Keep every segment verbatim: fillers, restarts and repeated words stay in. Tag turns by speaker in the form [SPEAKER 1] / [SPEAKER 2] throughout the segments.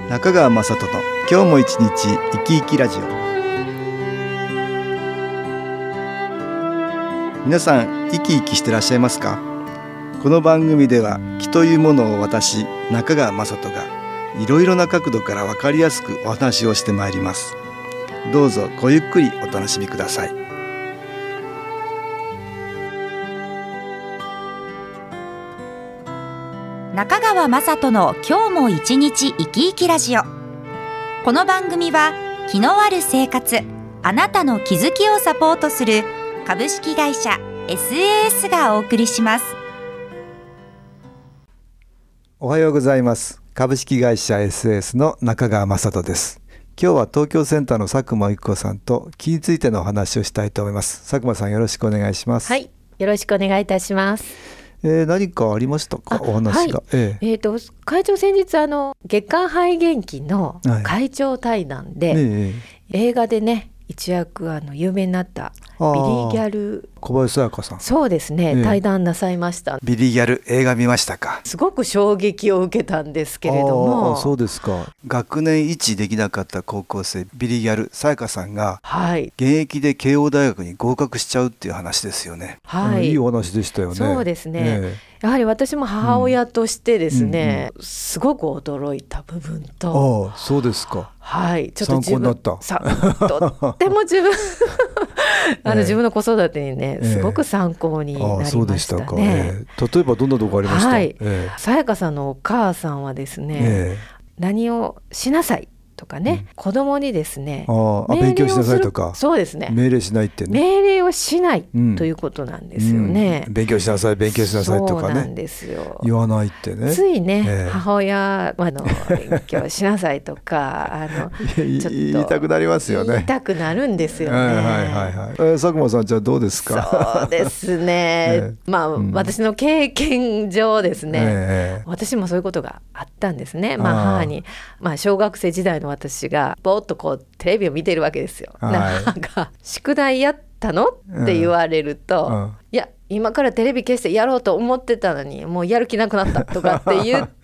[SPEAKER 1] 中川雅人の今日も一日生き生きラジオ。皆さん生き生きしてらっしゃいますか？この番組では気というものを私中川雅人がいろいろな角度から分かりやすくお話をしてまいります。どうぞごゆっくりお楽しみください。
[SPEAKER 2] 中川雅人の今日も一日生き生きラジオ。この番組は気のある生活、あなたの気づきをサポートする株式会社 エスエーエス がお送りします。
[SPEAKER 1] おはようございます。株式会社 エスエーエス の中川雅人です。今日は東京センターの佐久間由紀子さんと気についてのお話をしたいと思います。佐久間さん、よろしくお願いします。
[SPEAKER 3] はい、よろしくお願いいたします。
[SPEAKER 1] えー、何かありましたか、お話が。
[SPEAKER 3] はい、えー、えーと会長、先日あの月刊肺元気の会長対談で、はいね、映画でね一躍あの有名になったビリーギャル
[SPEAKER 1] 小林沙耶香さん、
[SPEAKER 3] そうですね、ね対談なさいました。
[SPEAKER 1] ビリーギャル映画見ましたか？
[SPEAKER 3] すごく衝撃を受けたんですけれども。
[SPEAKER 1] あそうですか。学年一できなかった高校生ビリーギャル沙耶香さんが、はい、現役で慶応大学に合格しちゃうっていう話ですよね。
[SPEAKER 3] はい、
[SPEAKER 1] いいお話でしたよね。
[SPEAKER 3] そうですね、ねやはり私も母親としてですね、うんうんうん、すごく驚いた部分と。
[SPEAKER 1] ああそうですか。
[SPEAKER 3] はい、
[SPEAKER 1] ちょっと参考になった。
[SPEAKER 3] さとっても自分あの自分の子育てにね、えー、すごく参考になりましたね。あそうでしたか、えー、
[SPEAKER 1] 例えばどんなとこありました？
[SPEAKER 3] はい、
[SPEAKER 1] えー、
[SPEAKER 3] 沙耶香さんのお母さんはですね、えー、何をしなさいとかね、うん、子供にですね
[SPEAKER 1] ああ勉強しなさいとか、
[SPEAKER 3] そうですね、
[SPEAKER 1] 命令しないってね、
[SPEAKER 3] 命令をしない、うん、ということなんですよね、
[SPEAKER 1] うん、勉強しなさい勉強しなさいとかね、
[SPEAKER 3] そうなんですよ、
[SPEAKER 1] 言わないってね。
[SPEAKER 3] ついね、えー、母親あの勉強しなさいとかあのちょっと
[SPEAKER 1] 言いたくなりますよね。
[SPEAKER 3] 言いたくなるんですよね。
[SPEAKER 1] はいはいはいはい、えー、佐久間さん、じゃあどうですか？
[SPEAKER 3] そうですね、えー、まあ、うん、私の経験上ですね、えー、私もそういうことがあったんですね。まあ、母に、まあ、小学生時代の私がぼーっとこうテレビを見てるわけですよ、はい、なんか宿題やったのって言われると、うんうん、いや今からテレビ消してやろうと思ってたのにもうやる気なくなったとかって言って、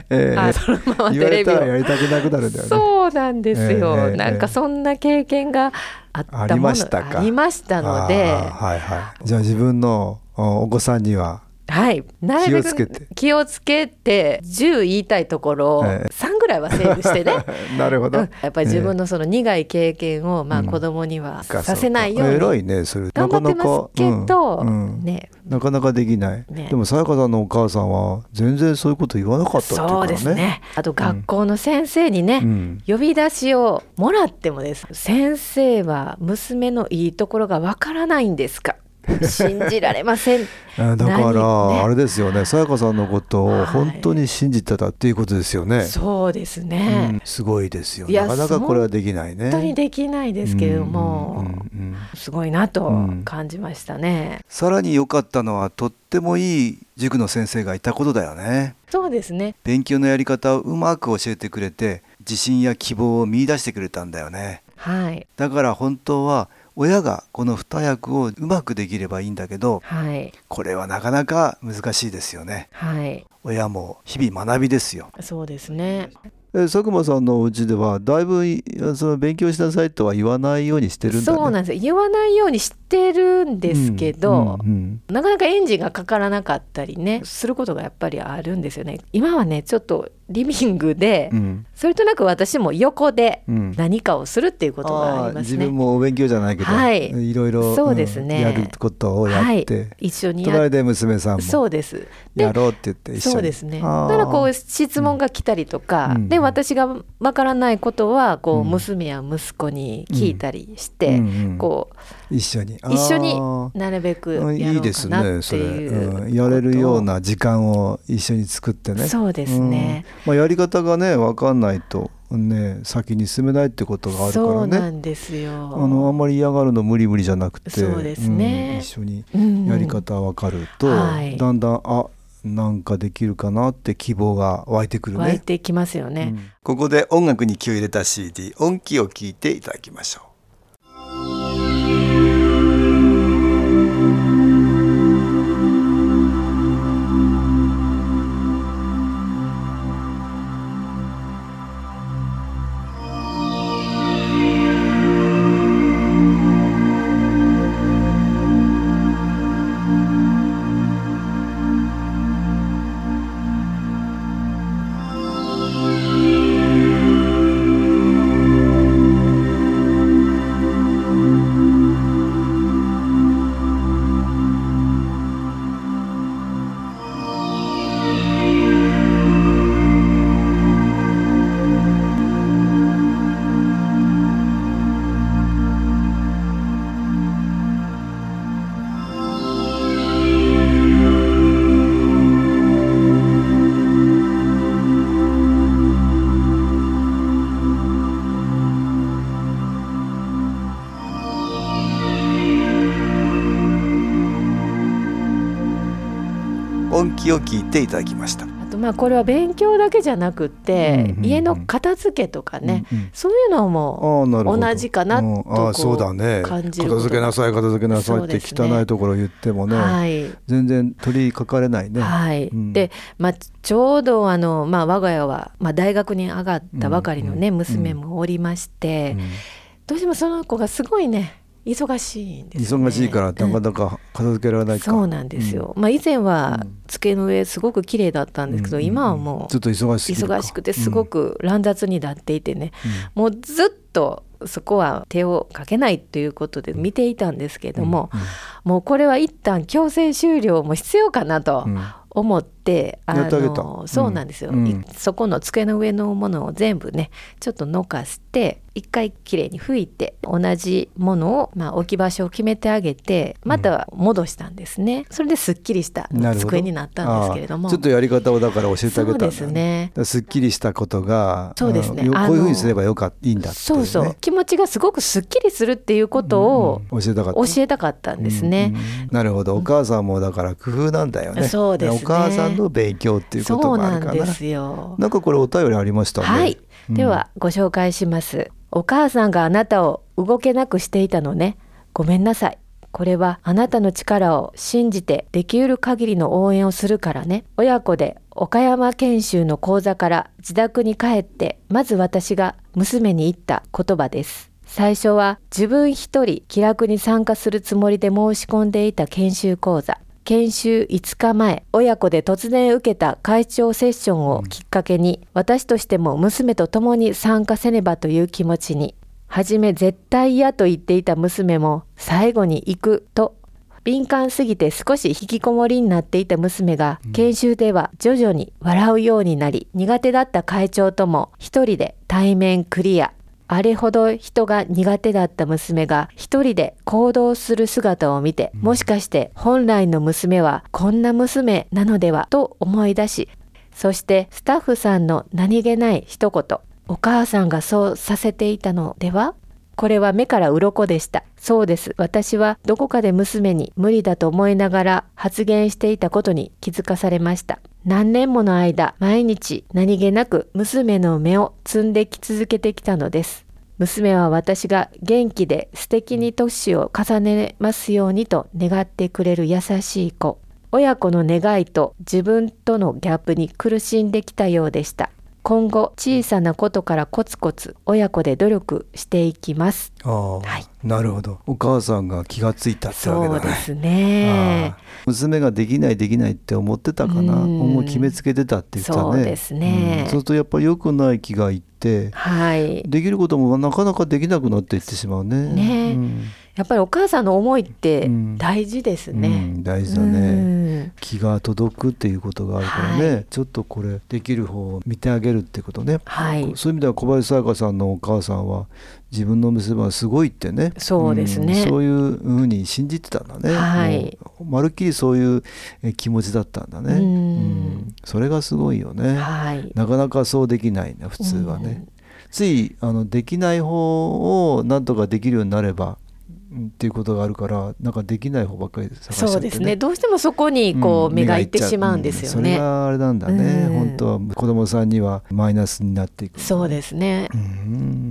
[SPEAKER 3] えー、あそのままテレビを
[SPEAKER 1] 言われたらやりたくなくなるんだよね。
[SPEAKER 3] そうなんですよ、えー、なんかそんな経験があったもの、ありましたか？ありましたので、
[SPEAKER 1] はいはい、じゃあ自分のお子さんには
[SPEAKER 3] はい、なるべく気をつけてじゅう言いたいところをさんぐらいはセーブしてね
[SPEAKER 1] なるほど、
[SPEAKER 3] うん、やっぱり自分のその苦い経験をまあ子供にはさせないように頑張ってますけど、うんうんね、
[SPEAKER 1] なかなかできない、ね、でも沙耶香さんのお母さんは全然そういうこと言わなかったっていうからね。
[SPEAKER 3] そうですね。あと学校の先生にね、うん、呼び出しをもらってもです、先生は娘のいいところがわからないんですか、信じられません
[SPEAKER 1] だから、ね、あれですよね、沙耶香さんのことを本当に信じてたっていうことですよね、はい、
[SPEAKER 3] そうですね、
[SPEAKER 1] うん、すごいですよ。なかなかこれはできないね。
[SPEAKER 3] 本当にできないですけれども、うんうんうん、すごいなと感じましたね、うん、
[SPEAKER 1] さらに良かったのはとってもいい塾の先生がいたことだよね。
[SPEAKER 3] そうですね。
[SPEAKER 1] 勉強のやり方をうまく教えてくれて自信や希望を見出してくれたんだよね、
[SPEAKER 3] はい、
[SPEAKER 1] だから本当は親がこの二役をうまくできればいいんだけど、はい、これはなかなか難しいですよね、はい、親も日々学びですよ。
[SPEAKER 3] そうですね。
[SPEAKER 1] え佐久間さんのお家ではだいぶその勉強しなさいとは言わないようにしてるんだね。
[SPEAKER 3] そうなんです。言わないようにしてるんですけど、うんうんうん、なかなかエンジンがかからなかったりねすることがやっぱりあるんですよね。今はねちょっとリビングで、うん、それとなく私も横で何かをするっていうことがありますね、うん、
[SPEAKER 1] 自分もお勉強じゃないけど、はい、いろいろそうですね、うん、やることをやって、はい、
[SPEAKER 3] 一緒にや
[SPEAKER 1] 隣で娘さんも
[SPEAKER 3] そうです
[SPEAKER 1] やろうって言って一緒に。
[SPEAKER 3] そうですね。だからこう質問が来たりとか、うん、で私がわからないことはこう娘や息子に聞いたりして、うんうんうん、こう
[SPEAKER 1] 一緒に
[SPEAKER 3] 一緒になるべくやろうかなっていう、いいですねそれ、
[SPEAKER 1] うん、やれるような時間を一緒に作ってね。
[SPEAKER 3] そうですね、
[SPEAKER 1] うんまあ、やり方がね分かんないとね先に進めないってことがあるからね。
[SPEAKER 3] そうなんですよ。
[SPEAKER 1] あのあんまり嫌がるの無理無理じゃなくて、
[SPEAKER 3] そうですね、
[SPEAKER 1] うん、一緒にやり方分かると、うんはい、だんだんあなんかできるかなって希望が湧いてくるね。
[SPEAKER 3] 湧いてきますよね、うん、
[SPEAKER 1] ここで音楽に気を入れた シーディー 音気を聞いていただきましょう。 きを聞いていただきました。
[SPEAKER 3] あとまあこれは勉強だけじゃなくって、うんうんうん、家の片付けとかね、うんうん、そういうのも同じかなとこう、うん、あそうだね、感じること。
[SPEAKER 1] 片付けなさい片付けなさいって汚いところを言ってもね、はい、全然取りかかれないね。
[SPEAKER 3] はい、うん、で、まあ、ちょうどあの、まあ、我が家は、まあ、大学に上がったばかりのね、うんうん、娘もおりまして、うん、どうしてもその子がすごいね忙しいんですよね。
[SPEAKER 1] 忙しいからなかなか片付けられないか、
[SPEAKER 3] うん、そうなんですよ、うん、まあ、以前は机の上すごく綺麗だったんですけど、うん、今はもう
[SPEAKER 1] ちょっと忙しすぎるか、
[SPEAKER 3] 忙しくてすごく乱雑になっていてね、うん、もうずっとそこは手をかけないということで見ていたんですけども、うんうん、もうこれは一旦強制終了も必要かなと思って、うん、あのそうなんですよ、うん、そこの机の上のものを全部ねちょっとのかして一回きれいに拭いて同じものを、まあ、置き場所を決めてあげてまた戻したんですね、うん、それですっきりした机になったんですけれども、
[SPEAKER 1] ちょっとやり方をだから教えてあげたんだ、ね、
[SPEAKER 3] そうですね、
[SPEAKER 1] すっきりしたことが
[SPEAKER 3] そうですね、
[SPEAKER 1] こういうふうにすればよかいいんだって、ね、
[SPEAKER 3] そうそう気持ちがすごくすっきりするっていうことを、
[SPEAKER 1] うんうん、教えたかった、
[SPEAKER 3] 教えたかったんですね、
[SPEAKER 1] うんうん、なるほど、お母さんもだから工夫なんだよね、
[SPEAKER 3] そうですね、
[SPEAKER 1] お母さんの勉強っていうこともあるかな。
[SPEAKER 3] そうなんですよ。
[SPEAKER 1] なんかこれお便りありましたね。
[SPEAKER 3] はい、
[SPEAKER 1] うん、
[SPEAKER 3] ではご紹介します。お母さんがあなたを動けなくしていたのね、ごめんなさい。これはあなたの力を信じてできうる限りの応援をするからね。親子で岡山研修の講座から自宅に帰ってまず私が娘に言った言葉です。最初は自分一人気楽に参加するつもりで申し込んでいた研修講座。研修いつかまえ、親子で突然受けた会長セッションをきっかけに、うん、私としても娘と共に参加せねばという気持ちに、はじめ絶対嫌と言っていた娘も最後に行くと、敏感すぎて少し引きこもりになっていた娘が、うん、研修では徐々に笑うようになり、苦手だった会長とも一人で対面クリア。あれほど人が苦手だった娘が一人で行動する姿を見て、もしかして本来の娘はこんな娘なのではと思い出し、そしてスタッフさんの何気ない一言、お母さんがそうさせていたのでは？これは目から鱗でした。そうです。私はどこかで娘に無理だと思いながら発言していたことに気づかされました。何年もの間、毎日何気なく娘の目を摘んでき続けてきたのです。娘は私が元気で素敵に年を重ねますようにと願ってくれる優しい子。親子の願いと自分とのギャップに苦しんできたようでした。今後小さなことからコツコツ親子で努力していきます。
[SPEAKER 1] あ、はい、なるほど。お母さんが気がついたってわけだね。
[SPEAKER 3] そうですね。
[SPEAKER 1] 娘ができないできないって思ってたかな、もう決めつけてたって言ったね。
[SPEAKER 3] そうですね、
[SPEAKER 1] うん、そうするとやっぱり良くない気がいって、はい、できることもなかなかできなくなっていってしまうね。
[SPEAKER 3] ね、うん、やっぱりお母さんの思いって大事ですね、うんうん、
[SPEAKER 1] 大事だね、うん、気が届くっていうことがあるからね、はい、ちょっとこれできる方を見てあげるってことね、はい、そういう意味では小林彩香さんのお母さんは自分の娘はすごいってね、
[SPEAKER 3] そうですね、
[SPEAKER 1] うん、そういうふうに信じてたんだね、はい、もうまるっきりそういう気持ちだったんだね、うんうん、それがすごいよね、はい、なかなかそうできないな普通はね、うん、ついあのできない方をなんとかできるようになればっていうことがあるから、なんかできない方ばっかり探しちゃって、ね、
[SPEAKER 3] そうですね、どうしてもそこにこう、うん、目がいってしまうんですよね、
[SPEAKER 1] うん、それがあれなんだね、うん、本当は子供さんにはマイナスになっていく、
[SPEAKER 3] そうですね、
[SPEAKER 1] うん、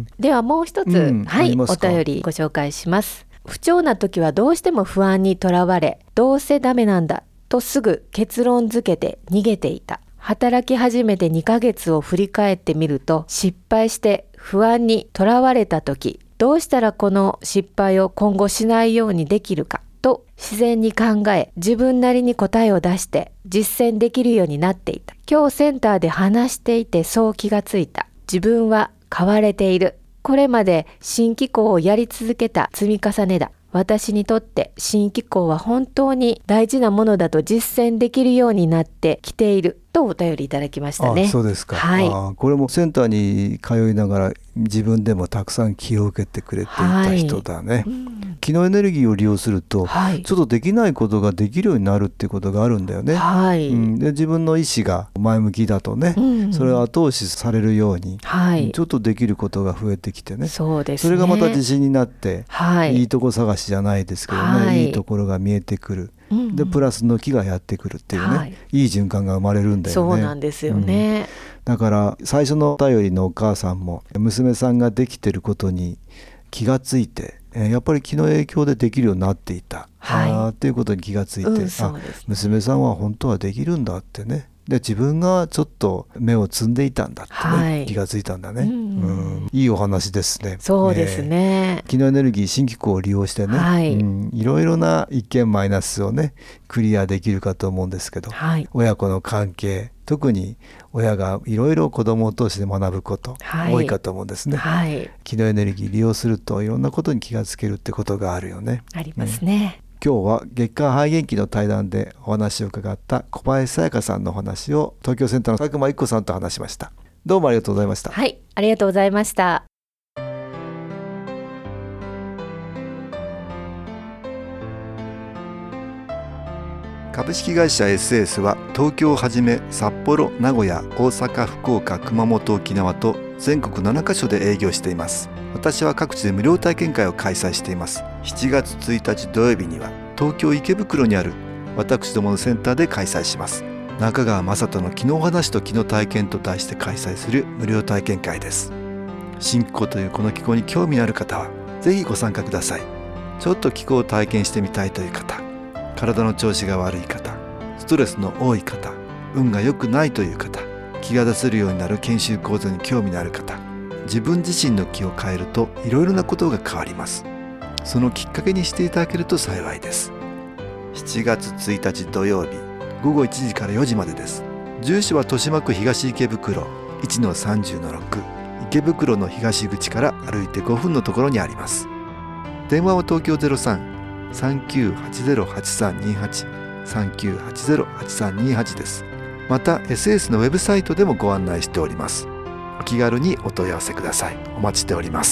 [SPEAKER 3] ではもう一つ、うん、はい、お便りご紹介します。不調な時はどうしても不安にとらわれ、どうせダメなんだとすぐ結論付けて逃げていた。働き始めてにかげつを振り返ってみると、失敗して不安にとらわれた時、どうしたらこの失敗を今後しないようにできるかと自然に考え、自分なりに答えを出して実践できるようになっていた。今日センターで話していてそう気がついた。自分は変われている。これまで新機構をやり続けた積み重ねだ。私にとって新機構は本当に大事なものだと実践できるようになってきているとお便りいただきましたね。
[SPEAKER 1] あ、そうですか、はい、あ、これもセンターに通いながら自分でもたくさん気を受けてくれていた人だね、はい、うん、気のエネルギーを利用すると、はい、ちょっとできないことができるようになるっていうことがあるんだよね、はい、うん、で自分の意志が前向きだとね、うん、それを後押しされるように、はい、ちょっとできることが増えてきてね、そうですね、それがまた自信になって、はい、いいとこ探しじゃないですけどね、はい、いいところが見えてくる。
[SPEAKER 3] うんうん、
[SPEAKER 1] でプラスの気がやってくるっていうね、はい、いい循環が生まれるんだよね。
[SPEAKER 3] そうなんですよね、
[SPEAKER 1] うん、だから最初のお便りのお母さんも娘さんができてることに気がついて、やっぱり気の影響でできるようになっていた、はい、あっていうことに気がついて、うん、あ、娘さんは本当はできるんだってね、で自分がちょっと目を摘んでいたんだってね、はい、気がついたんだね、うんうん、いいお話ですね。
[SPEAKER 3] そうですね、
[SPEAKER 1] えー、気のエネルギー新機構を利用してね、はい、うん、いろいろな一見マイナスをねクリアできるかと思うんですけど、はい、親子の関係、特に親がいろいろ子供を通して学ぶこと、はい、多いかと思うんですね、はい、気のエネルギー利用するといろんなことに気がつけるってことがあるよね。
[SPEAKER 3] ありますね、うん。
[SPEAKER 1] 今日は月間肺元気の対談でお話を伺った小林さやかさんのお話を東京センターの佐久間一子さんと話しました。どうもありがとうございました。
[SPEAKER 3] はい、ありがとうございました。
[SPEAKER 1] 株式会社 エスエス は東京をはじめ札幌、名古屋、大阪、福岡、熊本、沖縄と全国ななカ所で営業しています。私は各地で無料体験会を開催しています。しちがつついたち土曜日には東京池袋にある私どものセンターで開催します。中川雅人の気の話と気の体験と題して開催する無料体験会です。新気候というこの気候に興味のある方はぜひご参加ください。ちょっと気候を体験してみたいという方、体の調子が悪い方、ストレスの多い方、運が良くないという方、気が出せるようになる研修講座に興味のある方、自分自身の気を変えるといろいろなことが変わります。そのきっかけにしていただけると幸いです。しちがつついたち土曜日ごごいちじからよじまでです。住所は豊島区東池袋 いちのさんじゅうのろく、 池袋の東口から歩いてごふんのところにあります。電話は東京 ゼロさん さんきゅうはちゼロ はちさんにはち さんきゅうはちゼロ はちさんにはち です。また エスエス のウェブサイトでもご案内しております。お気軽にお問い合わせください。お待ちしております。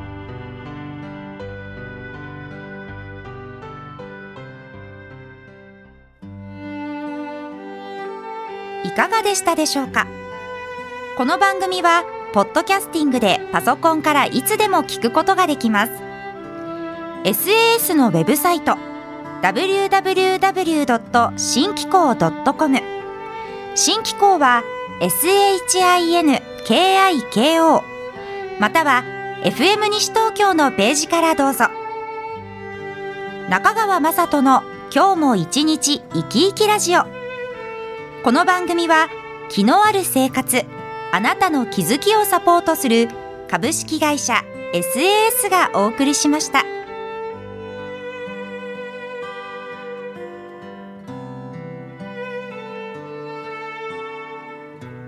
[SPEAKER 2] いかがでしたでしょうか。この番組はポッドキャスティングでパソコンからいつでも聞くことができます。 エスエーエス のウェブサイト ダブリューダブリューダブリュードットシンキコードットコム、 新気候は エスエイチアイエヌケーアイケーオー または エフエム 西東京のページからどうぞ。中川雅人の今日も一日生き生きラジオ。この番組は気のある生活、あなたの気づきをサポートする株式会社 エスエーエス がお送りしました。